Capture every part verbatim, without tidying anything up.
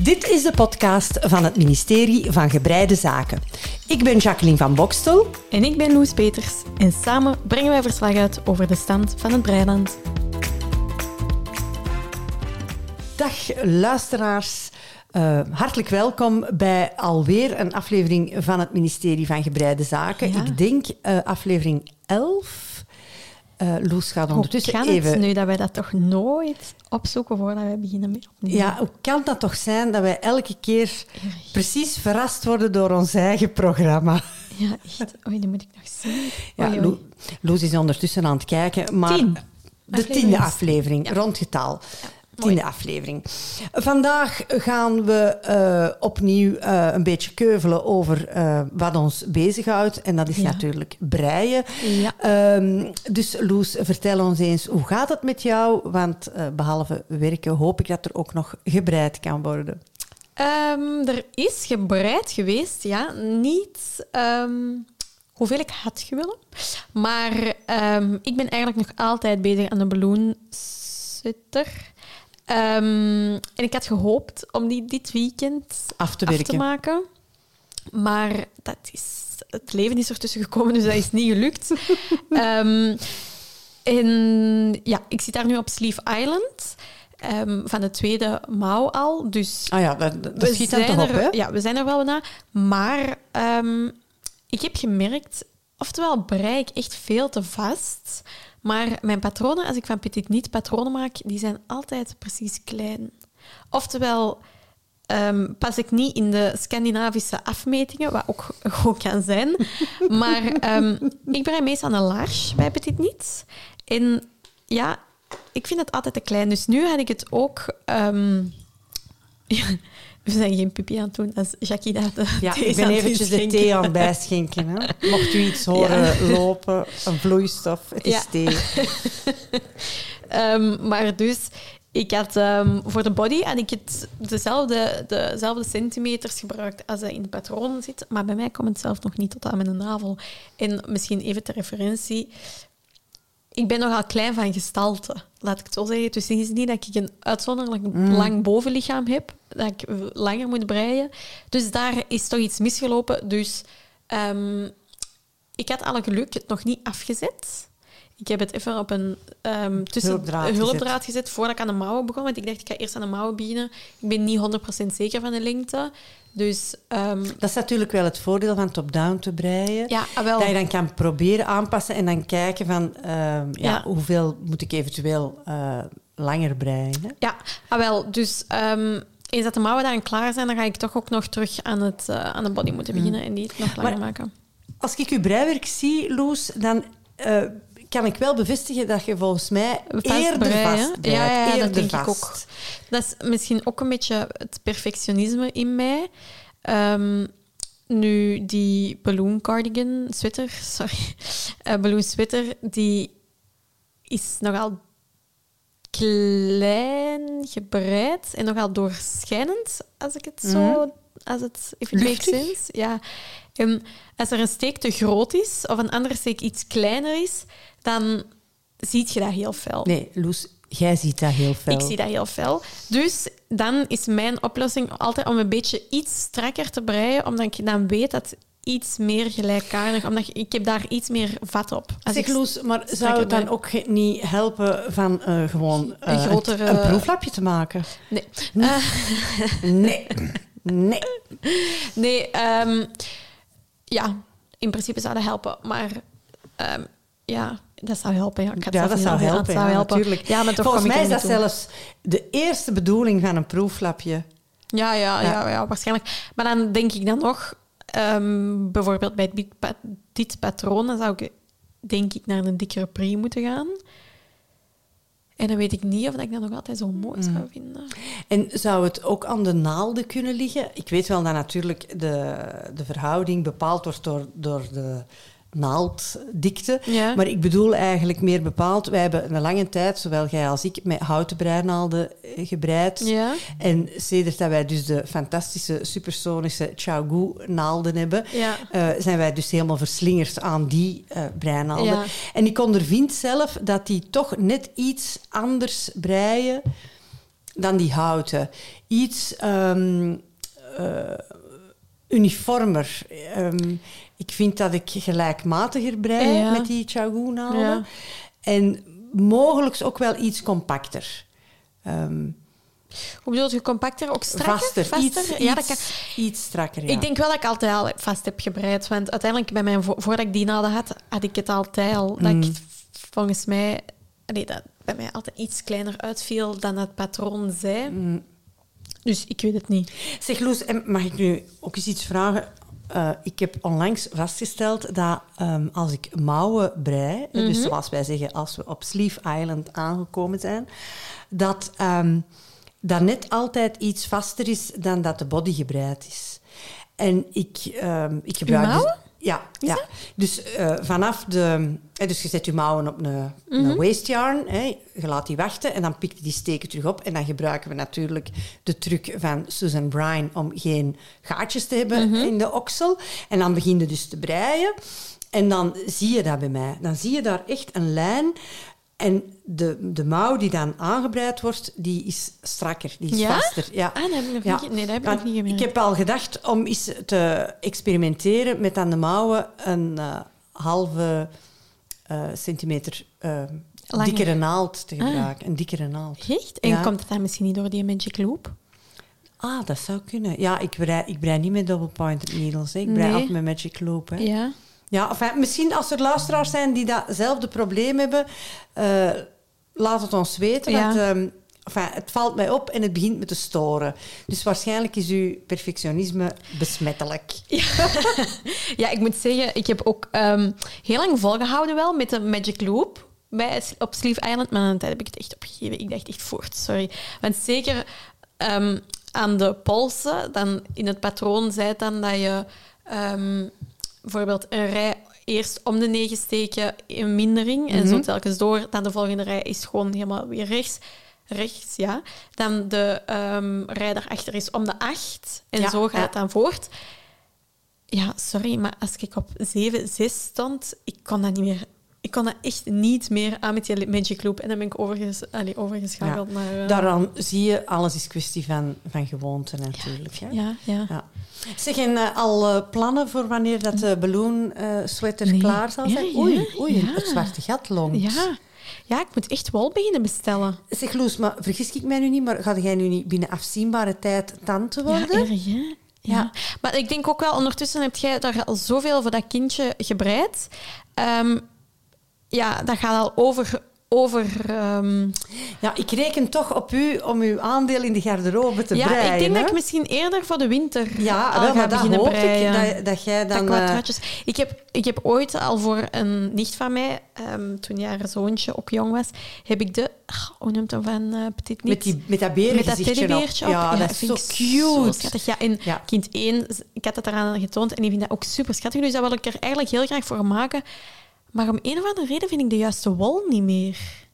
Dit is de podcast van het ministerie van Gebreide Zaken. Ik ben Jacqueline van Bokstel. En ik ben Loes Peters. En samen brengen wij verslag uit over de stand van het breiland. Dag luisteraars. Uh, hartelijk welkom bij alweer een aflevering van het ministerie van Gebreide Zaken. Ja. Ik denk uh, aflevering elf. Uh, Loes gaat ondertussen hoe kan even... het nu dat wij dat toch nooit opzoeken voordat wij beginnen met opnemen? Ja, hoe kan dat toch zijn dat wij elke keer precies verrast worden door ons eigen programma? Ja, echt. Oei, die moet ik nog zien. Ja, oei, oei. Lo- Loes is ondertussen aan het kijken, maar... Tien. De tiende aflevering, Ja. rondgetal. Ja. Tiende aflevering. Vandaag gaan we uh, opnieuw uh, een beetje keuvelen over uh, wat ons bezighoudt. En dat is Ja. natuurlijk breien. Ja. Um, dus Loes, vertel ons eens, hoe gaat het met jou? Want uh, behalve werken hoop ik dat er ook nog gebreid kan worden. Um, er is gebreid geweest, ja. Niet... Um... hoeveel ik had gewillen. Maar um, ik ben eigenlijk nog altijd bezig aan de balloon sweater. Um, en ik had gehoopt om die dit weekend Af te af werken. te maken. Maar dat is, het leven is ertussen gekomen, dus dat is niet gelukt. um, en ja, ik zit daar nu op Sleeve Island. Um, van de tweede mouw al. Dus Ah ja, dat, dat we schiet dan zijn toch op, er, hè? Ja, we zijn er wel na. Maar um, ik heb gemerkt... Oftewel brei ik echt veel te vast. Maar mijn patronen, als ik van petit niet patronen maak, die zijn altijd precies klein. Oftewel um, pas ik niet in de Scandinavische afmetingen, wat ook goed kan zijn. Maar um, ik brei meestal een large bij petit niet. En ja, ik vind het altijd te klein. Dus nu had ik het ook... Um, We zijn geen pipi aan het doen als Jackie dat de Ja, thee ik is ben aan het eventjes de inschenken. thee aan het bijschenken. Hè. Mocht u iets horen Ja. lopen, een vloeistof, het is Ja. thee. um, maar dus, ik had um, voor de body had ik het dezelfde, dezelfde centimeters gebruikt als dat in de patronen zit. Maar bij mij komt het zelf nog niet tot aan mijn navel. En misschien even ter referentie... Ik ben nogal klein van gestalte, laat ik het zo zeggen. Dus het is niet dat ik een uitzonderlijk Mm. lang bovenlichaam heb, dat ik langer moet breien. Dus daar is toch iets misgelopen. Dus um, ik had alle geluk het nog niet afgezet. Ik heb het even op een um, tussen Hulpdraad hulpdraad gezet. gezet voordat ik aan de mouwen begon. Want ik dacht, ik ga eerst aan de mouwen beginnen. Ik ben niet honderd procent zeker van de lengte. Dus... Um, Dat is natuurlijk wel het voordeel van top-down te breien. ja, wel. Dat je dan kan proberen aanpassen en dan kijken van uh, ja, Ja. hoeveel moet ik eventueel uh, langer breien. Hè? Ja, ah, wel. Dus um, eens dat de mouwen dan klaar zijn, dan ga ik toch ook nog terug aan, het, uh, aan de body moeten beginnen en die het nog langer Maar- maken. Als ik uw breiwerk zie, Loes, dan uh, kan ik wel bevestigen dat je volgens mij Vast eerder breien. vast breidt. Ja, ja, ja, dat eerder denk ik vast. ook. Dat is misschien ook een beetje het perfectionisme in mij. Um, nu, die balloon cardigan sweater, sorry, uh, balloon sweater, die is nogal klein gebreid en nogal doorschijnend, als ik het zo... Mhm. Als het, if it makes Luchtig. sense. Ja. En als er een steek te groot is of een andere steek iets kleiner is, dan zie je dat heel fel. Nee, Loes, jij ziet dat heel fel. Ik zie dat heel fel. Dus dan is mijn oplossing altijd om een beetje iets strakker te breien, omdat ik dan weet dat iets meer gelijkaardig... Omdat ik, ik heb daar iets meer vat op. Als Zeg ik Loes, maar zou strakker het dan brei. ook ge- niet helpen van uh, gewoon uh, Een grotere- een proeflapje te maken? Nee. Nee. Nee. Nee, um, ja, in principe zou dat helpen. Maar um, ja, dat zou helpen. Ja, ik had Ja, zelf dat niet zou nagedacht. helpen, Het zou ja, helpen. natuurlijk. Ja, maar toch Volgens kom ik mij er is dat niet toe. zelfs de eerste bedoeling van een proeflapje. Ja, ja, Ja. ja. Ja, waarschijnlijk. Maar dan denk ik dan nog... Um, bijvoorbeeld bij dit, pa- dit patroon, dan zou ik denk ik naar een dikkere prie moeten gaan. En dan weet ik niet of ik dat nog altijd zo mooi zou vinden. En zou het ook aan de naalden kunnen liggen? Ik weet wel dat natuurlijk de, de verhouding bepaald wordt door, door de naalddikte. Ja. Maar ik bedoel eigenlijk meer bepaald... Wij hebben een lange tijd, zowel jij als ik, met houten breinaalden eh, gebreid. Ja. En sedert dat wij dus de fantastische, supersonische Xiaogu-naalden hebben, Ja. uh, zijn wij dus helemaal verslingerd aan die uh, breinaalden. Ja. En ik ondervind zelf dat die toch net iets anders breien dan die houten. Iets um, uh, uniformer. Um, ik vind dat ik gelijkmatiger brei ja. met die Chagoon-naalden. Ja. En mogelijk ook wel iets compacter. Um, Hoe bedoel je, compacter? Ook strakker? Vaster. Vaster? Iets, ja, iets, dat kan... iets strakker, ja. Ik denk wel dat ik altijd al vast heb gebreid. Want uiteindelijk, bij mijn, voordat ik die naalden had, had ik het altijd al. Dat mm. ik volgens mij... Nee, dat bij mij altijd iets kleiner uitviel dan het patroon zei. Mm. Dus ik weet het niet. Zeg, Loes, mag ik nu ook eens iets vragen? Uh, ik heb onlangs vastgesteld dat um, als ik mouwen brei, mm-hmm. dus zoals wij zeggen, als we op Sleeve Island aangekomen zijn, dat um, dat net altijd iets vaster is dan dat de body gebreid is. En ik, um, ik gebruik... Uw mouwen? Dus, ja, ja. Dus uh, vanaf de... Dus je zet je mouwen op een, mm-hmm. een waste yarn, hè, je laat die wachten en dan pikt je die steken terug op. En dan gebruiken we natuurlijk de truc van Susan Bryan om geen gaatjes te hebben mm-hmm. in de oksel. En dan begin je dus te breien. En dan zie je dat bij mij. Dan zie je daar echt een lijn. En de, de mouw die dan aangebreid wordt, die is strakker, die is ja? vaster. Ja, ah, dat heb ik nog ja. niet, nee, dat heb ik nog niet gemerkt. Ik heb al gedacht om eens te experimenteren met aan de mouwen een uh, halve uh, centimeter uh, dikkere naald te gebruiken. Ah. Een dikkere naald. Echt? En ja. komt het dan misschien niet door die Magic Loop? Ah, dat zou kunnen. Ja, ik brei, ik brei niet met double-pointed needles. Hè. Ik brei nee. altijd met Magic Loop. Hè. Ja. Ja, enfin, misschien als er luisteraars zijn die datzelfde probleem hebben, uh, laat het ons weten. Ja. Want, um, enfin, het valt mij op en het begint me te storen. Dus waarschijnlijk is uw perfectionisme besmettelijk. Ja, ja, ik moet zeggen, ik heb ook um, heel lang volgehouden wel met de Magic Loop bij, op Sleeve Island, maar aan de tijd heb ik het echt opgegeven. Ik dacht echt voort, sorry. Want zeker um, aan de polsen, dan in het patroon zei het dan dat je... Um, bijvoorbeeld een rij eerst om de negen steken in mindering mm-hmm. en zo telkens door. Dan de volgende rij is gewoon helemaal weer rechts. Rechts, ja. Dan de um, rij daarachter is om de acht. En ja, zo gaat ja. het dan voort. Ja, sorry, maar als ik op zeven zes stond, ik kon dat niet meer... Ik kon dat echt niet meer aan met die Magic Loop. En dan ben ik overges- allee, overgeschakeld ja. naar... Uh... Daaraan zie je, alles is kwestie van, van gewoonte natuurlijk. Ja, ja. ja, ja. Zeg, en uh, al uh, plannen voor wanneer dat de balloon uh, sweater nee. klaar zal zijn? Ja, ja, oei, oei ja. het zwarte gat longt. Ja. ja, ik moet echt wol beginnen bestellen. Zeg, Loes, maar vergis ik mij nu niet, maar ga jij nu niet binnen afzienbare tijd tante worden? Ja, erg, hè? Ja. ja. Maar ik denk ook wel, ondertussen heb jij daar al zoveel voor dat kindje gebreid. Um, Ja, dat gaat al over... over um... Ja, ik reken toch op u om uw aandeel in de garderobe te ja, breien. Ja, ik denk hè? dat ik misschien eerder voor de winter ja, al wel, ga beginnen hoop breien. Ik, dat, dat jij dan... Dat uh... ik, heb, ik heb ooit al voor een nicht van mij, um, toen haar zoontje ook jong was, heb ik de... Oh, hoe noemt hem van uh, Petit Niet? Met, die, met dat berengezichtje. Met dat teddybeertje op. Ja, ja, dat is zo cute. Zo ja, en ja. kind één, ik had het eraan getoond en die vindt dat ook super schattig. Dus dat wil ik er eigenlijk heel graag voor maken. Maar om een of andere reden vind ik de juiste wol niet meer.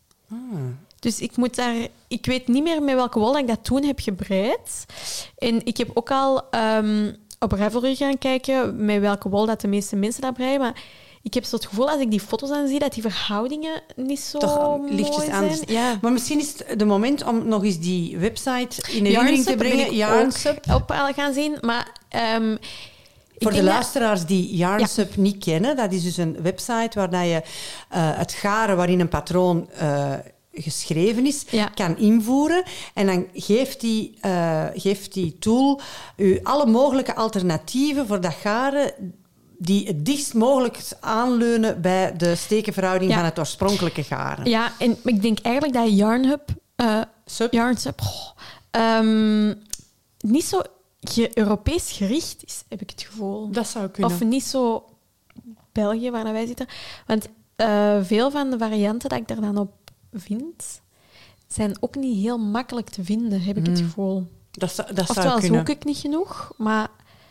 Hmm. Dus ik moet daar... Ik weet niet meer met welke wol ik dat toen heb gebreid. En ik heb ook al um, op Ravelry gaan kijken met welke wol dat de meeste mensen dat breien. Maar ik heb zo het gevoel, als ik die foto's aan zie, dat die verhoudingen niet zo Toch lichtjes mooi anders. zijn. Ja. Maar misschien is het de moment om nog eens die website in herinnering te brengen. Yarnsub op gaan zien. Maar... Um, Voor de luisteraars dat... die Yarnsub ja. niet kennen, dat is dus een website waar je uh, het garen waarin een patroon uh, geschreven is, ja. kan invoeren. En dan geeft die, uh, geeft die tool u alle mogelijke alternatieven voor dat garen die het dichtst mogelijk aanleunen bij de stekenverhouding ja. van het oorspronkelijke garen. Ja, en ik denk eigenlijk dat Yarnhub... Uh, Sub? Yarnsub... Oh, um, niet zo... Europees gericht is, heb ik het gevoel. Dat zou kunnen. Of niet zo België, waar wij zitten. Want uh, veel van de varianten dat ik er dan op vind, zijn ook niet heel makkelijk te vinden, heb ik mm. het gevoel. Dat, zou, dat Oftewel zou kunnen. zoek ik niet genoeg, maar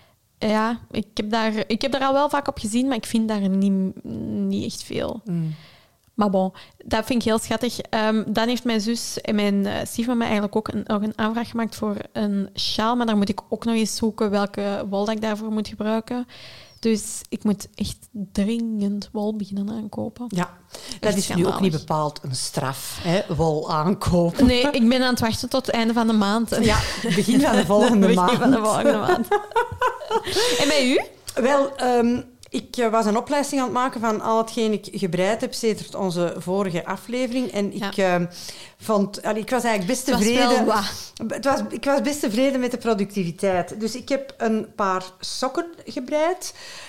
ja, ik heb, daar, ik heb daar al wel vaak op gezien, maar ik vind daar niet, niet echt veel. Mm. Maar bon, dat vind ik heel schattig. Um, dan heeft mijn zus en mijn uh, stiefmama eigenlijk ook een, nog een aanvraag gemaakt voor een sjaal. Maar daar moet ik ook nog eens zoeken welke wol dat ik daarvoor moet gebruiken. Dus ik moet echt dringend wol beginnen aankopen. Ja, dat Echt is nu ook schandalig. niet bepaald een straf, hè? Wol aankopen. Nee, ik ben aan het wachten tot het einde van de maand. Ja, begin van de volgende Begin maand. van de volgende maand. En bij u? Wel, um, ik uh, was een opleiding aan het maken van al hetgeen ik gebreid heb sedert onze vorige aflevering. En ik ja. uh, vond... Allee, ik was eigenlijk best tevreden... Het was, ik was best tevreden met de productiviteit. Dus ik heb een paar sokken gebreid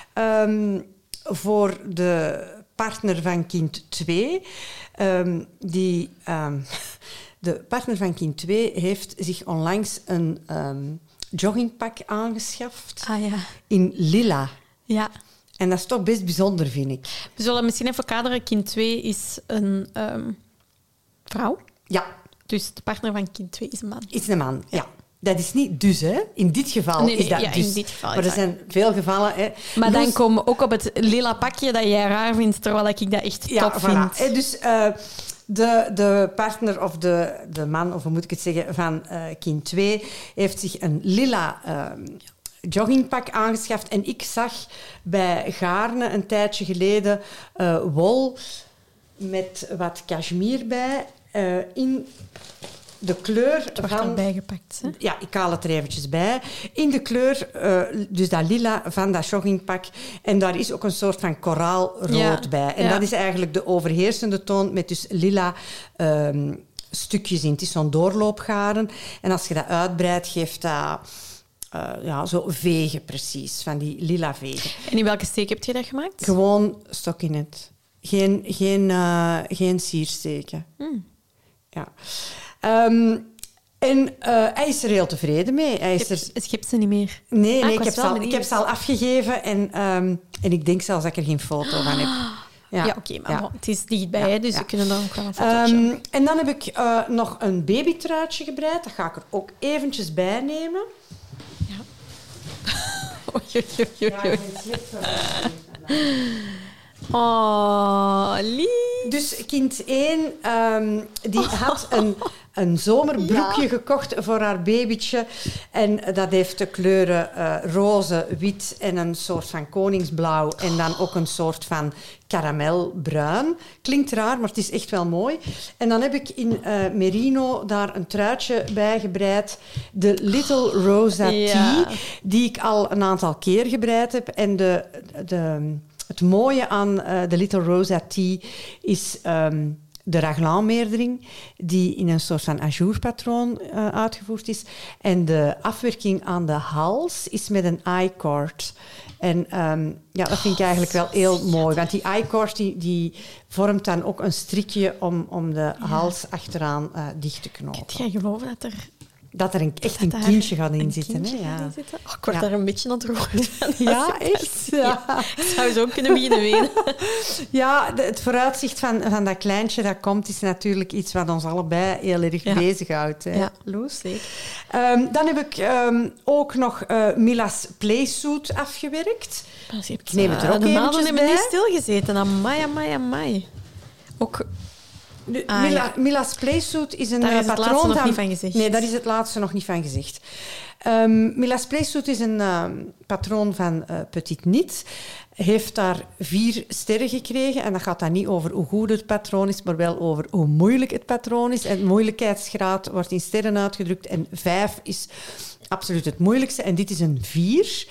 um, voor de partner van kind twee. Um, die... Um, de partner van kind twee heeft zich onlangs een um, joggingpak aangeschaft. Ah ja. In lila. Ja. En dat is toch best bijzonder, vind ik. We zullen misschien even kaderen. Kind twee is een um, vrouw. Ja. Dus de partner van kind twee is een man. Is een man, ja. Dat is niet dus, hè. In dit geval nee, nee, is dat ja, dus. in dit geval maar er zijn veel gevallen, hè. Maar dus, dan komen we ook op het lila pakje dat jij raar vindt, terwijl ik dat echt ja, top voilà. vind. Hè, dus uh, de, de partner of de, de man, of hoe moet ik het zeggen, van uh, kind twee heeft zich een lila... Uh, joggingpak aangeschaft. En ik zag bij Gaarne een tijdje geleden uh, wol met wat cashmere bij uh, in de kleur Het wordt van... erbij gepakt, hè? Ja, ik haal het er eventjes bij. In de kleur, uh, dus dat lila van dat joggingpak. En daar is ook een soort van koraalrood ja. bij. En ja. dat is eigenlijk de overheersende toon met dus lila... Um, stukjes in. Het is zo'n doorloopgaren. En als je dat uitbreidt, geeft dat... Uh, ja, zo vegen precies, van die lila vegen. En in welke steek heb je dat gemaakt? Gewoon stockinet. Geen, geen, uh, geen siersteken. Hmm. Ja. Um, en uh, hij is er heel tevreden mee. Hij is er... Je hebt ze niet meer. Nee, ah, nee ik, ik, heb ze al, ik heb ze al afgegeven. En, um, en ik denk zelfs dat ik er geen foto van heb. Ja, ja oké, okay, maar ja. bon, het is dichtbij, ja, hè, dus ja. we kunnen dan ook wel een fotootje. Um, en dan heb ik uh, nog een babytruitje gebreid. Dat ga ik er ook eventjes bij nemen. Ja. Oei, oei, oei, oei. Oh, lief. Dus kind één, um, die had een, een zomerbroekje ja. gekocht voor haar babytje. En dat heeft de kleuren uh, roze, wit en een soort van koningsblauw. En dan ook een soort van karamelbruin. Klinkt raar, maar het is echt wel mooi. En dan heb ik in uh, merino daar een truitje bij gebreid. De Little Rosa ja. Tea, die ik al een aantal keer gebreid heb. En de... de Het mooie aan uh, de Little Rosa Tea is um, de raglanmeerdering, die in een soort van ajourpatroon uh, uitgevoerd is. En de afwerking aan de hals is met een I-cord. En um, ja, dat vind ik eigenlijk wel heel mooi. Want die I-cord die, die vormt dan ook een strikje om, om de ja. hals achteraan uh, dicht te knopen. Kun je geloven dat er... Dat er een, echt een kindje gaat inzitten. Hè? Ja. In zitten. Oh, ik word ja. daar een beetje aan het roeren van. Ja, echt? Ja. Ja. Ik zou zo kunnen beginnen wenen. Ja, de, het vooruitzicht van, van dat kleintje dat komt, is natuurlijk iets wat ons allebei heel erg ja. bezighoudt. Hè, ja, Loes? Zeker. Um, dan heb ik um, ook nog uh, Mila's Playsuit afgewerkt. Je hebt, ik neem het er ook uh, de eventjes naalden hebben bij. niet stilgezeten. Amai, amai, amai. Ook... De, ah, Mila, ja. Mila's Playsuit is een Daar is patroon het laatste nog van... niet van gezegd. Nee, daar is het laatste nog niet van gezegd. Um, Mila's Playsuit is een uh, patroon van uh, Petit Nit. Heeft daar vier sterren gekregen. En dat gaat dan niet over hoe goed het patroon is, maar wel over hoe moeilijk het patroon is. En de moeilijkheidsgraad wordt in sterren uitgedrukt. En vijf is absoluut het moeilijkste. En dit is een vier.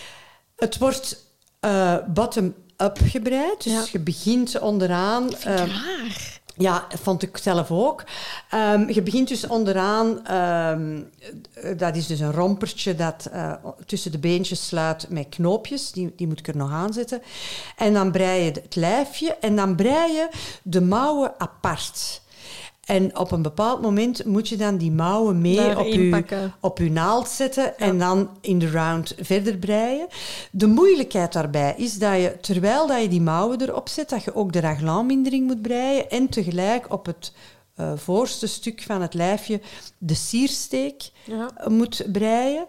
Het wordt uh, bottom-up gebreid. Dus ja. je begint onderaan... Dat vind ik uh, raar. Ja, vond ik zelf ook. Um, je begint dus onderaan... Um, dat is dus een rompertje dat uh, tussen de beentjes sluit met knoopjes. Die, die moet ik er nog aanzetten. En dan brei je het lijfje. En dan brei je de mouwen apart. En op een bepaald moment moet je dan die mouwen mee op je, op je naald zetten ja. en dan in de round verder breien. De moeilijkheid daarbij is dat je, terwijl dat je die mouwen erop zet, dat je ook de raglanmindering moet breien en tegelijk op het uh, voorste stuk van het lijfje de siersteek ja. moet breien.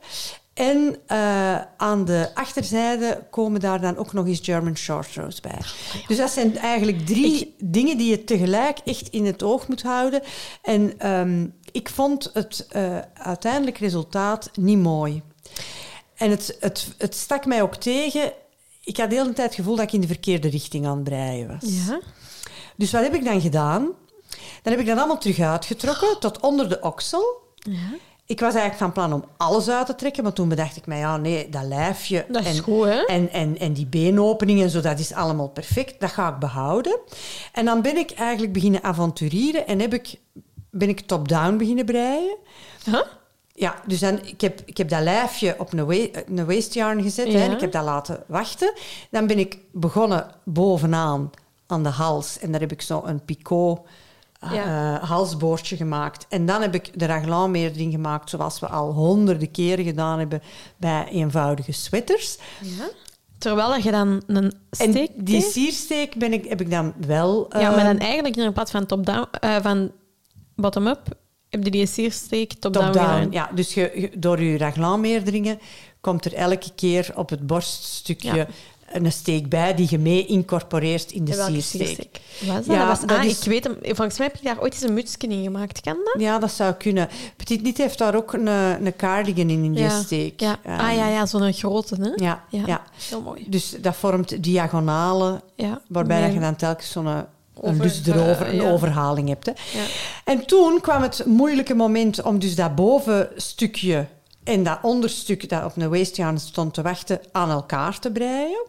En uh, aan de achterzijde komen daar dan ook nog eens German short rows bij. Dus dat zijn eigenlijk drie ik... dingen die je tegelijk echt in het oog moet houden. En um, ik vond het uh, uiteindelijk resultaat niet mooi. En het, het, het stak mij ook tegen ik had de hele tijd het gevoel dat ik in de verkeerde richting aan het breien was. Ja. Dus wat heb ik dan gedaan? Dan heb ik dat allemaal terug uitgetrokken tot onder de oksel. Ja. Ik was eigenlijk van plan om alles uit te trekken, maar toen bedacht ik mij, ja, nee, dat lijfje Dat is en, goed, hè? en, en, en die beenopeningen en zo, dat is allemaal perfect. Dat ga ik behouden. En dan ben ik eigenlijk beginnen avonturieren en heb ik, ben ik top-down beginnen breien. Huh? Ja, dus dan, ik, heb, ik heb dat lijfje op een, wa- een waste yarn gezet, Ja. hè, en ik heb dat laten wachten. Dan ben ik begonnen bovenaan aan de hals en daar heb ik zo een picot Ja. uh, halsboordje gemaakt. En dan heb ik de raglanmeerdering gemaakt, zoals we al honderden keren gedaan hebben bij eenvoudige sweaters. Ja. Terwijl je dan een steek... En die deed? siersteek ben ik, heb ik dan wel... Ja, uh, maar dan eigenlijk in plaats van top-down, uh, van bottom-up, heb je die siersteek top-down top-down. gedaan. Ja, dus je, je- door je raglanmeerderingen komt er elke keer op het borststukje Ja. een steek bij die je mee incorporeert in de En welke siersteek. siersteek was dat? Ja, dat was, dat ah, is- ik weet hem. Volgens mij heb ik daar ooit eens een mutsje in gemaakt. Kan dat? Ja, dat zou kunnen. Petit Niet heeft daar ook een, een cardigan in, in die Ja. steek. Ja. Um, Ah ja, ja, zo'n grote, hè? Ja, ja. Ja. Heel mooi. Dus dat vormt diagonalen, Ja. waarbij Nee. dat je dan telkens zo'n een Over- lus erover, uh, een ja. overhaling hebt. Hè. Ja. En toen kwam het moeilijke moment om dus dat bovenstukje en dat onderstuk dat op een waste yarn stond te wachten aan elkaar te breien.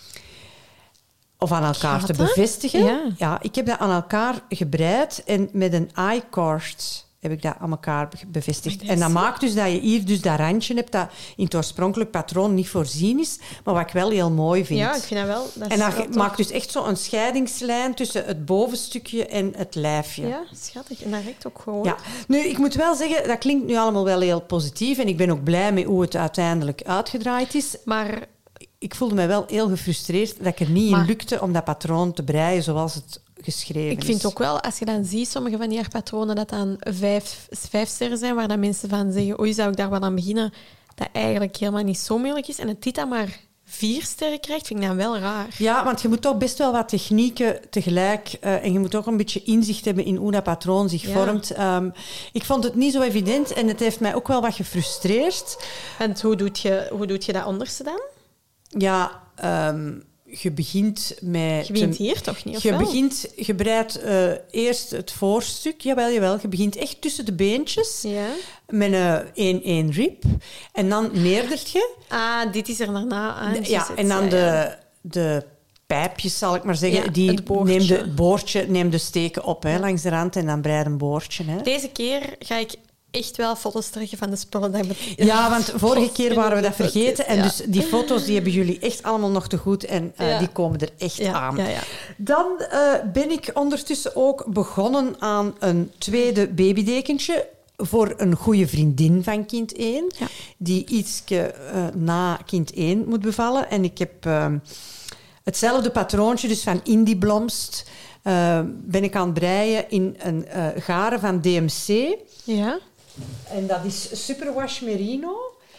Of aan elkaar Gaat te dat? bevestigen. Ja. Ik heb dat aan elkaar gebreid en met een I-cord heb ik dat aan elkaar be- bevestigd. Maar dat En is- dat maakt dus dat je hier dus dat randje hebt dat in het oorspronkelijk patroon niet voorzien is, maar wat ik wel heel mooi vind. Ja, ik vind dat wel. Dat is En dat wel ge- tof. maakt dus echt zo een scheidingslijn tussen het bovenstukje en het lijfje. Ja, schattig. En dat rekt ook gewoon. Ja. Nu, ik moet wel zeggen, dat klinkt nu allemaal wel heel positief en ik ben ook blij met hoe het uiteindelijk uitgedraaid is. Maar Ik voelde mij wel heel gefrustreerd dat ik er niet Maar- in lukte om dat patroon te breien zoals het geschreven ik vind is. ook wel, als je dan ziet, sommige van die haarpatronen, dat dan vijf, vijf sterren zijn, waar dan mensen van zeggen, oei, zou ik daar wel aan beginnen, dat eigenlijk helemaal niet zo moeilijk is. En het dit dan maar vier sterren krijgt, vind ik dan wel raar. Ja, want je moet toch best wel wat technieken tegelijk... uh, en je moet ook een beetje inzicht hebben in hoe dat patroon zich Ja. vormt. Um, ik vond het niet zo evident en het heeft mij ook wel wat gefrustreerd. En hoe doet je, hoe doet je dat onderste dan? Ja, um, je begint met... Je begint te- hier toch niet, of Je wel? begint, je breidt uh, eerst het voorstuk. Jawel, jawel. Je begint echt tussen de beentjes Ja. met een één één rib. En dan meerdert je. Ah, dit is er daarna aan. De- ja, gezet, en dan ja, de, ja. de pijpjes, zal ik maar zeggen. Ja, die het boordje. neem de, het boordje, neem de steken op hè, langs de rand en dan breid een boordje. Hè. Deze keer ga ik echt wel foto's trekken van de spullen. Dat ik met- Ja, want vorige keer waren we dat Ja. vergeten. En dus die foto's die hebben jullie echt allemaal nog te goed. En uh, Ja. die komen er echt Ja, aan. ja, ja. Dan uh, ben ik ondertussen ook begonnen aan een tweede babydekentje voor een goede vriendin van kind één. Ja. Die iets uh, na kind één moet bevallen. En ik heb uh, hetzelfde patroontje, dus van Indie Blomst, uh, ben ik aan het breien in een uh, garen van D M C. Ja. En dat is Superwash Merino.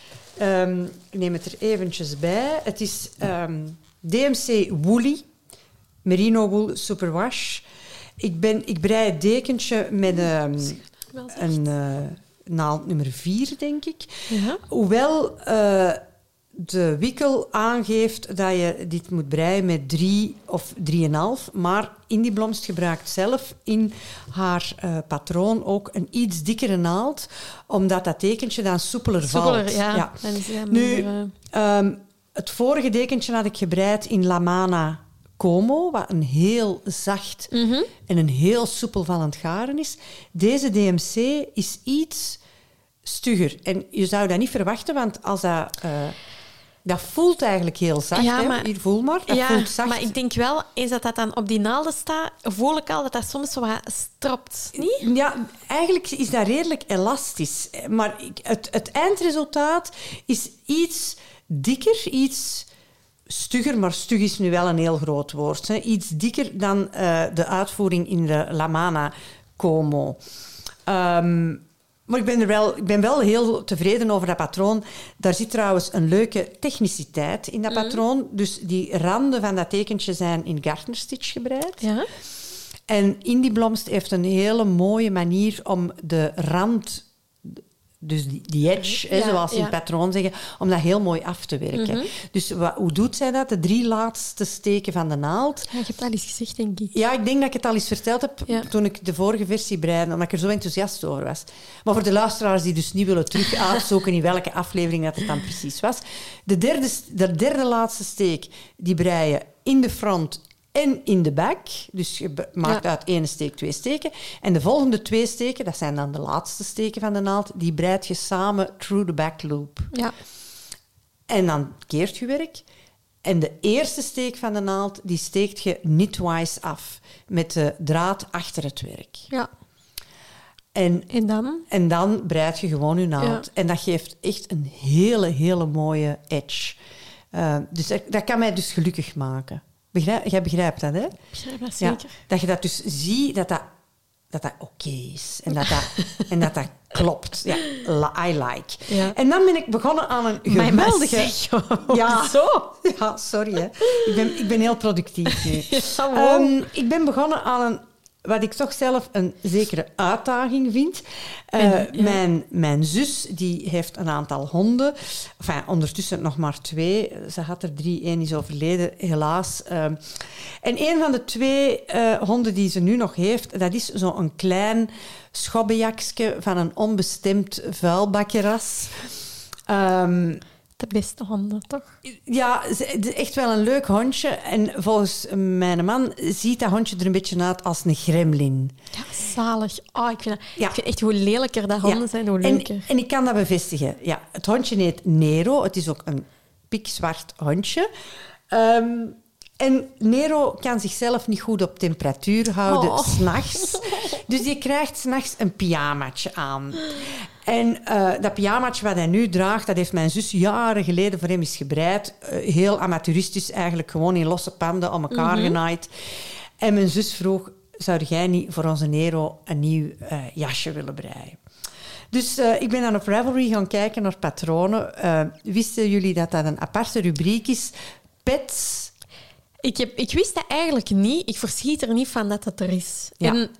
Um, ik neem het er eventjes bij. Het is um, D M C Woolly. Merino Wool Superwash. Ik, ben, ik brei het dekentje met um, een uh, naald nummer vier, denk ik. Ja. Hoewel uh, de wikkel aangeeft dat je dit moet breien met drie of drieënhalf. Maar Indie Blomst gebruikt zelf in haar uh, patroon ook een iets dikkere naald, omdat dat dekentje dan soepeler, Soepeler, valt. ja. Ja. Dan is dat Nu, minder, uh... um, het vorige dekentje had ik gebreid in Lamana Como, wat een heel zacht mm-hmm. en een heel soepel vallend garen is. Deze D M C is iets stugger. En je zou dat niet verwachten, want als dat... Uh, dat voelt eigenlijk heel zacht. Ja, hè? maar, Hier, voel maar. Dat ja, voelt zacht. maar ik denk wel, eens dat dat dan op die naalden staat, voel ik al dat dat soms zo wat stropt. Niet? Ja, eigenlijk is dat redelijk elastisch. Maar het, het eindresultaat is iets dikker, iets stugger, maar stug is nu wel een heel groot woord. Hè? Iets dikker dan uh, de uitvoering in de Lamana Como. Um, Maar ik ben, er wel, ik ben wel heel tevreden over dat patroon. Daar zit trouwens een leuke techniciteit in dat patroon. Mm. Dus die randen van dat tekentje zijn in Gartner Stitch gebreid. Ja. En Indie Blomst heeft een hele mooie manier om de rand Dus die, die edge, hè, Ja, zoals ze in ja. het patroon zeggen, om dat heel mooi af te werken. Mhm. Dus wat, hoe doet zij dat? De drie laatste steken van de naald. Ja, je hebt dat eens gezegd, denk ik. Ja, ik denk dat ik het al eens verteld heb Ja. toen ik de vorige versie breide, omdat ik er zo enthousiast over was. Maar voor de luisteraars die dus niet willen terug uitzoeken in welke aflevering dat het dan precies was. De derde, de derde laatste steek, die brei je in de front en in de back. Dus je be- maakt Ja. uit één steek twee steken. En de volgende twee steken, dat zijn dan de laatste steken van de naald, die breid je samen through the back loop. Ja. En dan keert je werk. En de eerste steek van de naald, die steekt je knitwise af. Met de draad achter het werk. Ja. En, En dan? en dan breid je gewoon je naald. Ja. En dat geeft echt een hele, hele mooie edge. Uh, dus dat, dat kan mij dus gelukkig maken. Begrijp, jij begrijpt dat, hè? Ik begrijp dat Ja, zeker. dat je dat dus ziet, dat dat, dat, dat oké is. En dat dat, en dat dat klopt. Ja, li- I like. Ja. En dan ben ik begonnen aan een Maar- maar geweldige... zeg, Ja, zo. Ja, sorry, hè. Ik ben, ik ben heel productief nu. Ja, wow. Um, ik ben begonnen aan een, wat ik toch zelf een zekere uitdaging vind. Uh, En, ja. mijn, mijn zus die heeft een aantal honden. Enfin, ondertussen nog maar twee. Ze had er drie, één is overleden, helaas. Um, en een van de twee uh, honden die ze nu nog heeft, dat is zo'n klein schobbejakske van een onbestemd vuilbakkeras. Um, De beste honden, toch? Ja, het is echt wel een leuk hondje. En volgens mijn man ziet dat hondje er een beetje uit als een gremlin. Ja, zalig. Oh, ik, vind dat, Ja. ik vind echt hoe lelijker dat honden Ja. zijn, hoe En, leuker. en ik kan dat bevestigen. Ja, het hondje heet Nero. Het is ook een pikzwart hondje. Um, en Nero kan zichzelf niet goed op temperatuur houden, Oh. 's nachts. Dus die krijgt 's nachts een pyjamaatje aan. En uh, dat pyjamaatje wat hij nu draagt, dat heeft mijn zus jaren geleden voor hem eens gebreid. Uh, heel amateuristisch eigenlijk, gewoon in losse panden aan elkaar Mhm. genaaid. En mijn zus vroeg, zou jij niet voor onze Nero een nieuw uh, jasje willen breien? Dus uh, ik ben dan op Ravelry gaan kijken naar patronen. Uh, wisten jullie dat dat een aparte rubriek is? Pets... Ik, heb, ik wist dat eigenlijk niet. Ik verschiet er niet van dat dat er is. Ja. En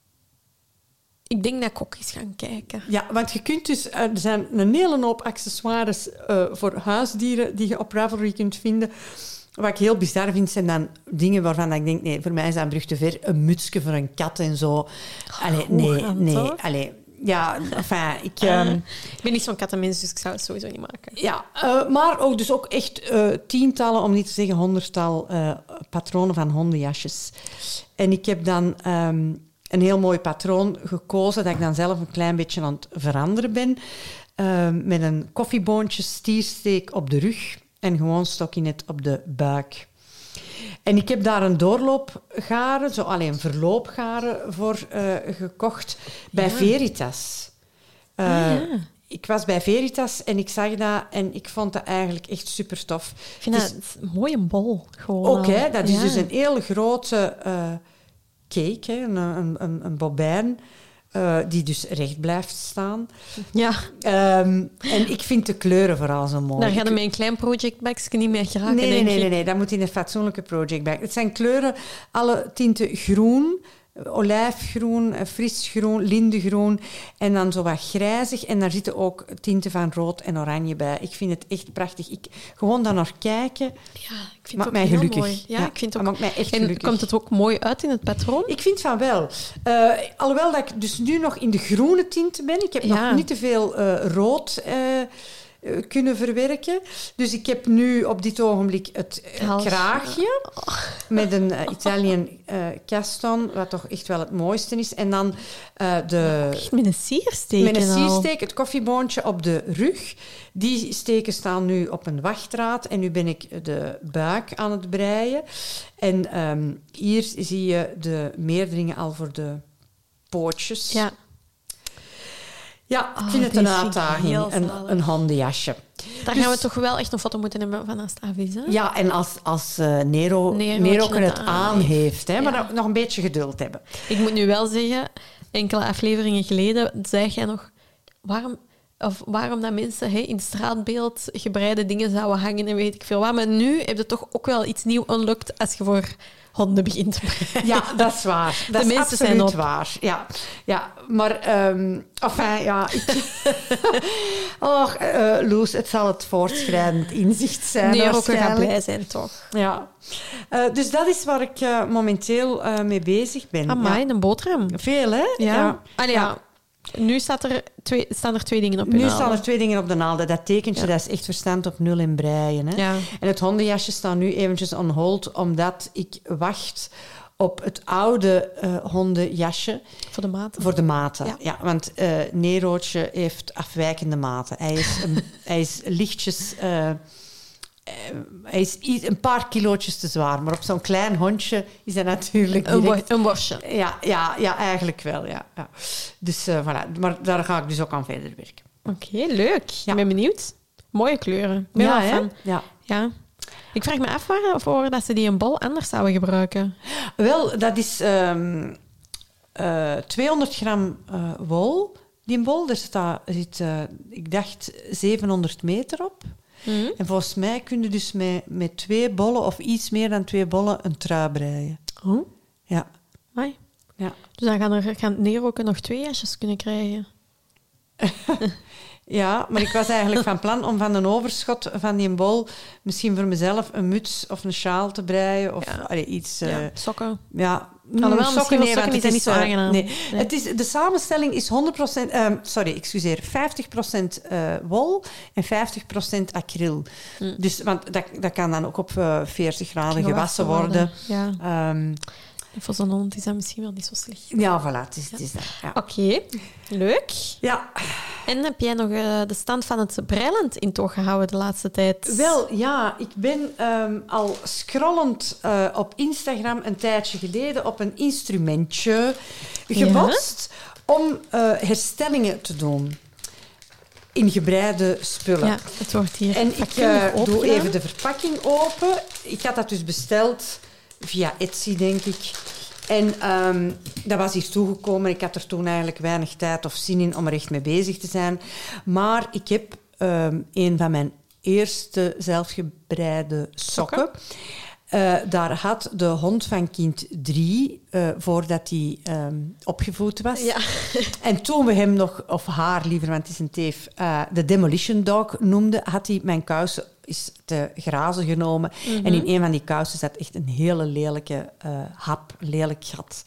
ik denk dat ik ook eens gaan kijken. Ja, want je kunt dus... Er zijn een hele hoop accessoires uh, voor huisdieren die je op Ravelry kunt vinden. Wat ik heel bizar vind, zijn dan dingen waarvan ik denk... Nee, voor mij is dat een brug te ver. Een mutsje voor een kat en zo. Allee, Hoe nee, gaat nee. dat? Allee, ja, enfin, ik... Um, Ik ben niet zo'n kattenmens, dus ik zou het sowieso niet maken. Ja, uh, maar ook, dus ook echt uh, tientallen, om niet te zeggen honderdtal, uh, patronen van hondenjasjes. En ik heb dan um, een heel mooi patroon gekozen dat ik dan zelf een klein beetje aan het veranderen ben. Uh, met een koffieboontje stiersteek op de rug en gewoon stokje op de buik. En ik heb daar een doorloopgaren, zo alleen een verloopgaren voor uh, gekocht bij Ja. Veritas. Uh, Ah, ja. Ik was bij Veritas en ik zag dat en ik vond dat eigenlijk echt super tof. Ik vind dat een mooie bol. Gewoon Ook, al. hè, dat is Ja. dus een heel grote uh, cake, hè, een, een, een, een bobijn, uh, die dus recht blijft staan. Ja, Um, en ik vind de kleuren vooral zo mooi. daar gaat Ik- er met een klein projectbakje niet mee geraken, Nee, nee, denk nee, ik. nee, nee, dat moet in een fatsoenlijke projectbag. Het zijn kleuren, alle tinten groen, olijfgroen, eh, fris groen, lindengroen en dan zo wat grijzig. En daar zitten ook tinten van rood en oranje bij. Ik vind het echt prachtig. Ik, gewoon daar naar kijken Ja, ik vind maakt het mij ook heel gelukkig. mooi. Ja, ik vind het dat ook... maakt mij echt En gelukkig. komt het ook mooi uit in het patroon? Ik vind van wel. Uh, alhoewel dat ik dus nu nog in de groene tinten ben. Ik heb Ja. nog niet te veel uh, rood uh, uh, kunnen verwerken. Dus ik heb nu op dit ogenblik het uh, Halsje. kraagje met een uh, Italian uh, cast on, wat toch echt wel het mooiste is. En dan uh, de... Echt met een siersteek. Met een en al. siersteek, het koffieboontje op de rug. Die steken staan nu op een wachtdraad. En nu ben ik de buik aan het breien. En um, hier zie je de meerderingen al voor de pootjes. Ja. Ja, ik Oh, vind het die een vind ik uitdaging. heel Een, zalig. een hondenjasje. Daar Dus- gaan we toch wel echt een foto moeten hebben van als het af is, hè? Ja, en als, als uh, Nero, Nero Nero het het aan aan heeft. heeft. Hè, maar Ja. dan nog een beetje geduld hebben. Ik moet nu wel zeggen, enkele afleveringen geleden zei jij nog... Waarom, of waarom dat mensen hè, in het straatbeeld gebreide dingen zouden hangen en weet ik veel wat. Maar nu heb je toch ook wel iets nieuw unlocked als je voor honden begint te breien. Ja, dat is waar. Dat de is meeste absoluut zijn op. waar. Ja, ja. Maar, um, enfin, ja... Ik... Och, uh, Loes, het zal het voortschrijdend inzicht zijn. Nee, ook waarschijnlijk. gaat blij zijn, toch? Ja. Uh, dus dat is waar ik uh, momenteel uh, mee bezig ben. Amai, ja. een boterham. Veel, hè? Ja. Ja. Allee, ja. Nu staat er twee, staan er twee dingen op je Nu naalden. staan er twee dingen op de naalden. Dat tekentje, Ja. dat is echt verstand op nul en breien. Hè? Ja. En het hondenjasje staat nu eventjes on hold, omdat ik wacht op het oude uh, hondenjasje. Voor de maat. Voor de maten. Ja. Ja, want uh, Nerootje heeft afwijkende maten. Hij is, een, hij is lichtjes... Uh, hij is een paar kilootjes te zwaar, maar op zo'n klein hondje is hij natuurlijk Een, direct... wo- een worstje. Ja, ja, ja, eigenlijk wel, ja. ja. Dus uh, voilà, maar daar ga ik dus ook aan verder werken. Oké, okay, leuk. Ja. Ik ben benieuwd. Mooie kleuren. Ik ben Ja, wel hè? fan. Ja. Ja. Ik vraag me af waarvoor dat ze die een bol anders zouden gebruiken. Wel, dat is um, uh, tweehonderd gram uh, wol, die bol. Er staat, zit, uh, ik dacht, zevenhonderd meter op. Mm-hmm. En volgens mij kun je dus met, met twee bollen of iets meer dan twee bollen een trui breien. Oh? Ja. Amai. Ja. Dus dan gaan, er, gaan Nero ook nog twee jasjes kunnen krijgen. Ja, maar ik was eigenlijk van plan om van een overschot van die bol misschien voor mezelf een muts of een sjaal te breien. Of Ja. allee, iets... Uh, ja, sokken. Ja, Alhoewel, sokken, misschien nee, sokken want zijn het niet zo uh, aangenaam. Nee. Nee. Het is, de samenstelling is honderd procent... Uh, sorry, excuseer. vijftig procent uh, wol en vijftig procent acryl. Mm. Dus, want dat, dat kan dan ook op uh, veertig graden gewassen, gewassen worden. worden. Ja. Um, voor zo'n hond is dat misschien wel niet zo slecht. Ja, voilà. Het is, ja. is dat. Ja. Oké, okay. Leuk. Ja. En heb jij nog uh, de stand van het Breiland in toog gehouden de laatste tijd? Wel, ja. Ik ben um, al scrollend uh, op Instagram een tijdje geleden op een instrumentje gebotst ja? om uh, herstellingen te doen. In gebreide spullen. Ja, het wordt hier. En ik uh, doe even de verpakking open. Ik had dat dus besteld via Etsy, denk ik. En um, dat was hier toegekomen. Ik had er toen eigenlijk weinig tijd of zin in om er echt mee bezig te zijn. Maar ik heb um, een van mijn eerste zelfgebreide sokken. sokken. Uh, daar had de hond van kind drie, uh, voordat hij um, opgevoed was. Ja. En toen we hem nog, of haar liever, want het is een teef, uh, de Demolition Dog noemde, had hij mijn kousen is te grazen genomen. Mm-hmm. En in een van die kousen zat echt een hele lelijke uh, hap, lelijk gat.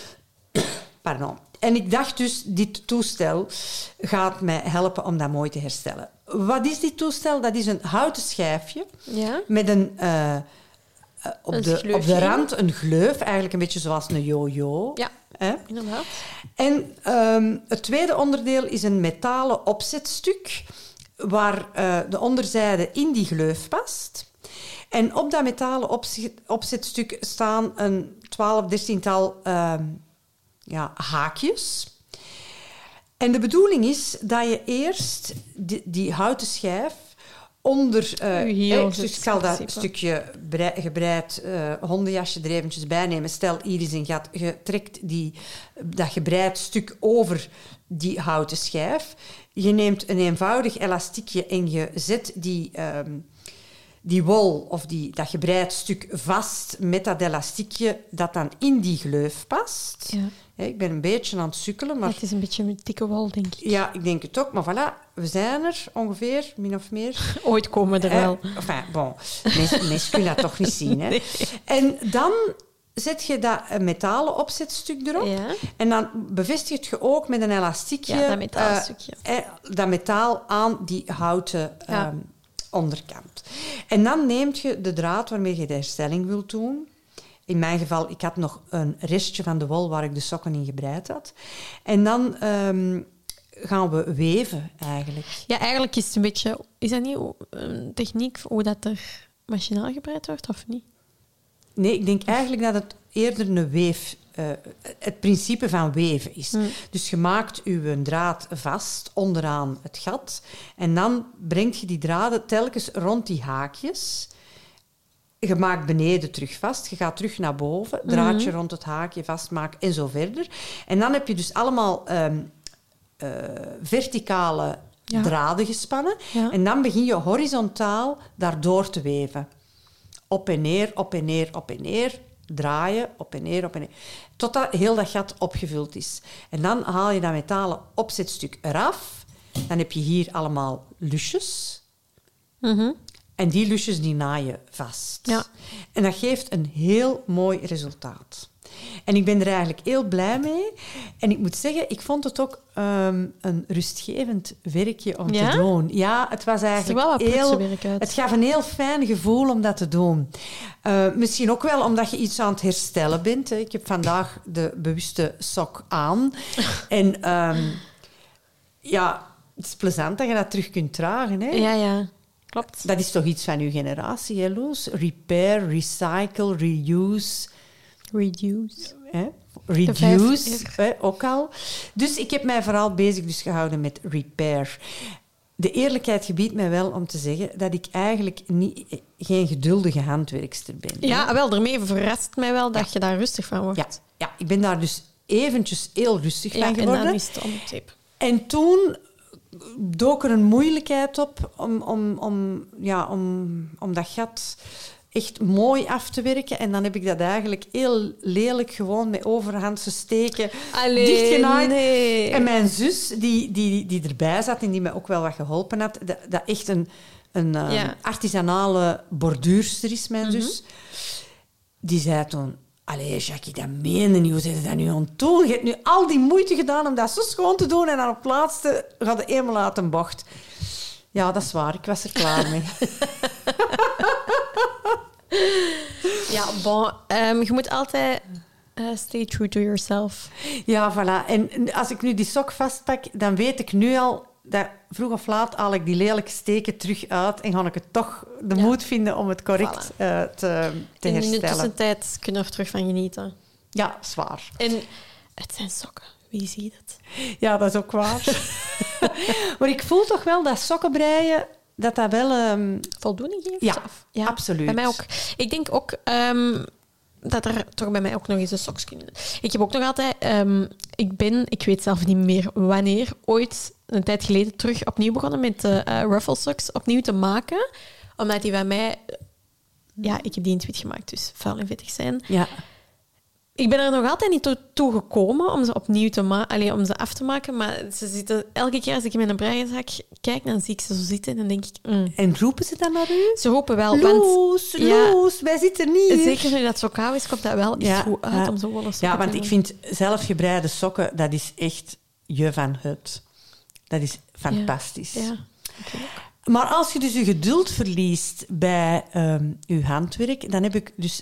Pardon. En ik dacht dus, dit toestel gaat mij helpen om dat mooi te herstellen. Wat is dit toestel? Dat is een houten schijfje ja. met een... Uh, Uh, op, de, op de rand een gleuf, eigenlijk een beetje zoals een yo-yo. Ja, hè? Inderdaad. En um, het tweede onderdeel is een metalen opzetstuk, waar uh, de onderzijde in die gleuf past. En op dat metalen opzet, opzetstuk staan een twaalf, dertiental uh, ja, haakjes. En de bedoeling is dat je eerst die, die houten schijf onder... Uh, eh, dus ik zal dat stukje brei, gebreid uh, hondenjasje er eventjes bij nemen. Stel, hier is een gat. Je trekt die, dat gebreid stuk over die houten schijf. Je neemt een eenvoudig elastiekje en je zet die, um, die wol of die, dat gebreid stuk vast met dat elastiekje dat dan in die gleuf past. Ja. Ja, ik ben een beetje aan het sukkelen. Maar... Ja, het is een beetje een dikke wol, denk ik. Ja, ik denk het ook. Maar voilà, we zijn er ongeveer, min of meer. Ooit komen we er wel. Eh, enfin, bon. Mensen, mensen kunnen dat toch niet zien. Hè? Nee. En dan zet je dat metalen opzetstuk erop. Ja. En dan bevestigt je ook met een elastiekje... Ja, dat metaalstukje. Uh, eh, dat metaal aan die houten ja. um, onderkant. En dan neem je de draad waarmee je de herstelling wilt doen... In mijn geval, ik had nog een restje van de wol waar ik de sokken in gebreid had. En dan um, gaan we weven, eigenlijk. Ja, eigenlijk is het een beetje... Is dat niet een techniek hoe dat er machinaal gebreid wordt, of niet? Nee, ik denk eigenlijk dat het eerder een weef... Uh, het principe van weven is. Hmm. Dus je maakt je draad vast onderaan het gat. En dan brengt je die draden telkens rond die haakjes... Je maakt beneden terug vast, je gaat terug naar boven, draadje mm-hmm. rond het haakje vastmaken en zo verder. En dan heb je dus allemaal um, uh, verticale ja. draden gespannen. Ja. En dan begin je horizontaal daardoor te weven. Op en neer, op en neer, op en neer. draaien, op en neer, op en neer. Totdat heel dat gat opgevuld is. En dan haal je dat metalen opzetstuk eraf. Dan heb je hier allemaal lusjes. Mm-hmm. En die lusjes die naaien vast. Ja. En dat geeft een heel mooi resultaat. En ik ben er eigenlijk heel blij mee. En ik moet zeggen, ik vond het ook um, een rustgevend werkje om ja? te doen. Ja, het was eigenlijk wel wat heel... uit. Het gaf een heel fijn gevoel om dat te doen. Uh, misschien ook wel omdat je iets aan het herstellen bent. Hè. Ik heb vandaag de bewuste sok aan. En um, ja, het is plezant dat je dat terug kunt dragen. Hè. Ja, ja. Klopt. Dat is toch iets van uw generatie, hè, Loes? Repair, recycle, reuse... Reduce. Hè? Reduce, hè, ook al. Dus ik heb mij vooral bezig dus gehouden met repair. De eerlijkheid gebiedt mij wel om te zeggen dat ik eigenlijk niet, geen geduldige handwerkster ben. Ja, hè? wel, daarmee verrast mij wel dat ja. je daar rustig van wordt. Ja, ja, ik ben daar dus eventjes heel rustig ja, van geworden. En dan is het on tape. En toen dook er een moeilijkheid op om, om, om, ja, om, om dat gat echt mooi af te werken. En dan heb ik dat eigenlijk heel lelijk gewoon met overhandse steken Allee, dichtgenaaid. Nee. En mijn zus, die, die, die erbij zat en die me ook wel wat geholpen had, dat, dat echt een, een uh, ja. artisanale borduurster is, mijn mm-hmm. zus, die zei toen... Allee, Jackie, dat meende niet. Hoe zit je dat nu aan het doen? Je hebt nu al die moeite gedaan om dat zo schoon te doen en dan op het laatste gaat het eenmaal uit een bocht. Ja, dat is waar. Ik was er klaar mee. Ja, bon. Um, je moet altijd uh, stay true to yourself. Ja, voilà. En als ik nu die sok vastpak, dan weet ik nu al dat vroeg of laat haal ik die lelijke steken terug uit en ga ik het toch de ja. moed vinden om het correct voilà. uh, te, te en herstellen. In de tussentijd kunnen we er terug van genieten. Ja, zwaar. En het zijn sokken. Wie ziet het? Ja, dat is ook waar. Maar ik voel toch wel dat sokken breien, dat dat wel... Um... voldoening geeft? Ja, of? Ja, absoluut. Bij mij ook. Ik denk ook um, dat er toch bij mij ook nog eens een soks kunnen. Ik heb ook nog altijd... Um, ik ben, ik weet zelf niet meer wanneer, ooit een tijd geleden terug opnieuw begonnen met uh, uh, ruffle socks opnieuw te maken. Omdat die bij mij... Ja, ik heb die in het wit gemaakt, dus vuil en vettig zijn. Ja. Ik ben er nog altijd niet toe, toe gekomen om ze opnieuw te maken, alleen om ze af te maken, maar ze zitten elke keer als ik in mijn breienzak kijk, dan zie ik ze zo zitten en dan denk ik... Mm. En roepen ze dan naar u? Ze roepen wel, Loes, want... Loes, ja, wij zitten niet. Zeker nu dat zo koud is, komt dat wel echt ja, goed uit ja. om zo wollen sokken Ja, want te ik doen. vind zelfgebreide sokken, dat is echt je van het. Dat is fantastisch. Ja, ja. Maar als je dus je geduld verliest bij um, je handwerk, dan heb ik dus...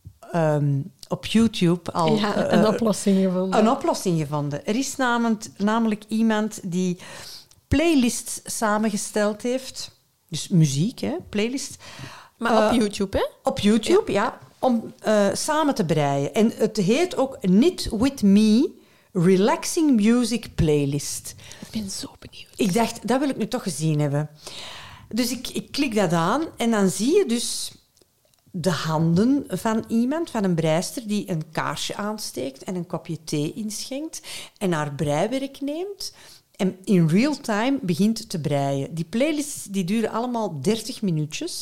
Um, op YouTube al ja, een uh, oplossing gevonden. Een oplossing gevonden. Er is namelijk, namelijk iemand die playlists samengesteld heeft. Dus muziek, hè, playlist. Maar uh, op YouTube, hè? Op YouTube, ja. ja om uh, samen te breien. En het heet ook Knit With Me Relaxing Music Playlist. Ik ben zo benieuwd. Ik dacht, dat wil ik nu toch gezien hebben. Dus ik, ik klik dat aan en dan zie je dus... de handen van iemand, van een breister, die een kaarsje aansteekt en een kopje thee inschenkt en haar breiwerk neemt en in real time begint te breien. Die playlists die duren allemaal dertig minuutjes.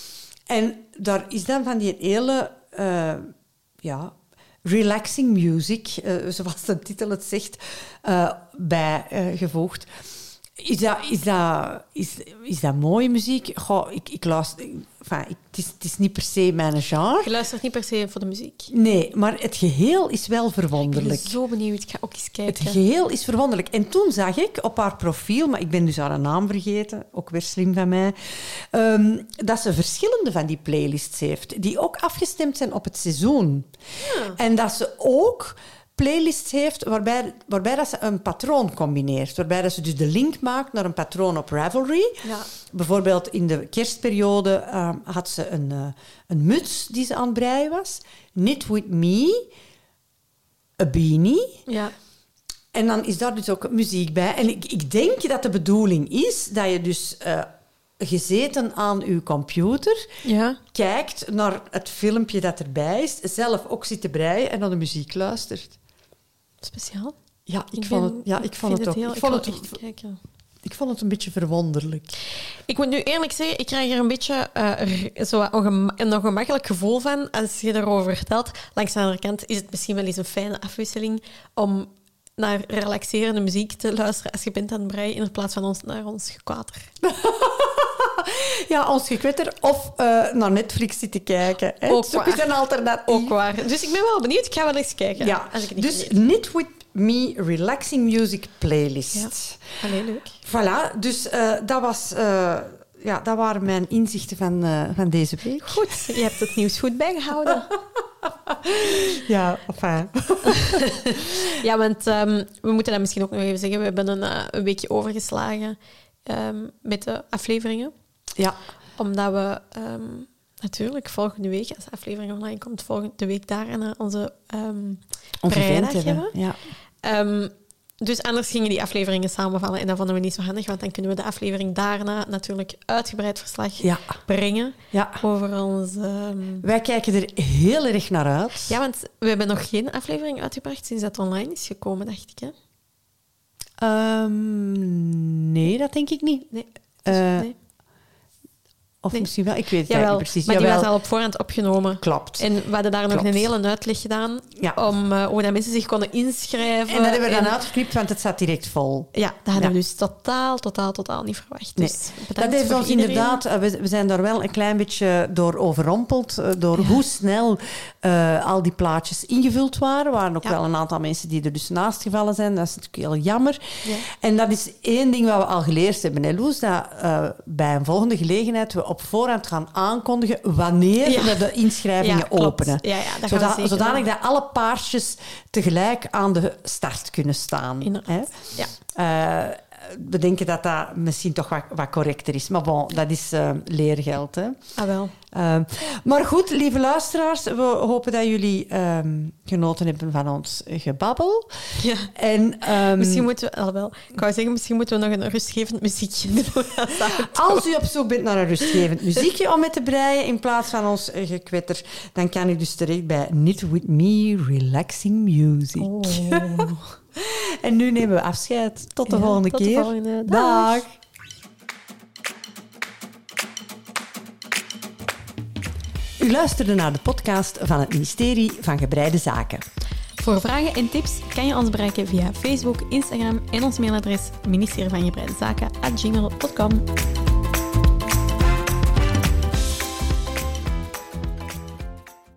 En daar is dan van die hele... Uh, ja, relaxing music, uh, zoals de titel het zegt, uh, bij uh, gevoegd. Is dat, is, dat, is, is dat mooie muziek? Goh, ik, ik luister... Enfin, ik, het, is, het is niet per se mijn genre. Je luistert niet per se voor de muziek? Nee, maar het geheel is wel verwonderlijk. Ik ben zo benieuwd. Ik ga ook eens kijken. Het geheel is verwonderlijk. En toen zag ik op haar profiel, maar ik ben dus haar naam vergeten, ook weer slim van mij, um, dat ze verschillende van die playlists heeft, die ook afgestemd zijn op het seizoen. Ja. En dat ze ook... playlists heeft waarbij, waarbij dat ze een patroon combineert. Waarbij dat ze dus de link maakt naar een patroon op Ravelry. Ja. Bijvoorbeeld in de kerstperiode uh, had ze een, uh, een muts die ze aan het breien was. Knit With Me, a beanie. Ja. En dan is daar dus ook muziek bij. En ik, ik denk dat de bedoeling is dat je dus... Uh, gezeten aan uw computer, ja. kijkt naar het filmpje dat erbij is, zelf ook zit te breien en naar de muziek luistert. Speciaal? Ja, ik, ik vond ben, het, ja, ik, ik vond het ook. Heel, ik vond ik het, echt kijken. ik Ik vond het een beetje verwonderlijk. Ik moet nu eerlijk zeggen, ik krijg er een beetje uh, zo ongema- een ongemakkelijk gevoel van als je erover vertelt. Langs de andere kant is het misschien wel eens een fijne afwisseling om naar relaxerende muziek te luisteren als je bent aan het breien, in plaats van ons naar ons gekwater. Ja, ons gekwetter of uh, naar Netflix zitten kijken. Hè. Ook Zoek eens een alternatief. Ook waar. Dus ik ben wel benieuwd. Ik ga wel eens kijken. Ja, als ik het niet dus vergeet. Knit With Me Relaxing Music Playlist. Ja. Allee, leuk. Voilà, dus uh, dat, was, uh, ja, dat waren mijn inzichten van, uh, van deze week. Goed, je hebt het nieuws goed bijgehouden. Ja, enfin. Ja, want um, we moeten dat misschien ook nog even zeggen. We hebben een, uh, een weekje overgeslagen um, met de afleveringen. Ja. Omdat we um, natuurlijk volgende week, als de aflevering online komt, volgende week daarna onze um, Onze vrijdag vent hebben. Ja. Um, dus anders gingen die afleveringen samenvallen en dat vonden we niet zo handig, want dan kunnen we de aflevering daarna natuurlijk uitgebreid verslag Ja. brengen Ja. over ons... Um... Wij kijken er heel erg naar uit. Ja, want we hebben nog geen aflevering uitgebracht sinds dat online is gekomen, dacht ik. Hè? Um, nee, dat denk ik niet. Nee. Uh, nee. Of nee. misschien wel, ik weet het Jawel, niet precies. maar die Jawel. was al op voorhand opgenomen. Klopt. En we hadden daar Klopt. nog een hele uitleg gedaan Ja. om uh, hoe dat mensen zich konden inschrijven. En dat hebben we dan en... uitgeknipt, want het zat direct vol. Ja, dat hadden Ja. we dus totaal, totaal, totaal niet verwacht. Nee. Dus Dat heeft voor ons iedereen. inderdaad... uh, We, we zijn daar wel een klein beetje door overrompeld, uh, door ja. hoe snel uh, al die plaatjes ingevuld waren. Er waren ook Ja. wel een aantal mensen die er dus naast gevallen zijn. Dat is natuurlijk heel jammer. Ja. En dat is één ding wat we al geleerd hebben, hè, Loes, dat uh, bij een volgende gelegenheid we op voorhand gaan aankondigen wanneer Ja. we de inschrijvingen Ja, klopt. openen. Ja, ja, dat gaan Zoda- we zeker zodanig doen. dat alle paardjes tegelijk aan de start kunnen staan. Inderdaad. Hè? Ja. Uh, we denken dat dat misschien toch wat, wat correcter is. Maar bon, dat is uh, leergeld. Hè. Ah, wel. Uh, maar goed, lieve luisteraars, we hopen dat jullie um, genoten hebben van ons gebabbel. Ja. En, um, Misschien moeten we... Alhoewel, ik wou zeggen, misschien moeten we nog een rustgevend muziekje doen. Als u op zoek bent naar een rustgevend muziekje om mee te breien in plaats van ons uh, gekwetter, dan kan u dus terecht bij Knit With Me Relaxing Music. Oh. En nu nemen we afscheid. Tot de Ja, volgende tot de keer. volgende. Dag. Dag. U luisterde naar de podcast van het ministerie van Gebreide Zaken. Voor vragen en tips kan je ons bereiken via Facebook, Instagram en ons mailadres ministerie van gebreide zaken at gmail dot com.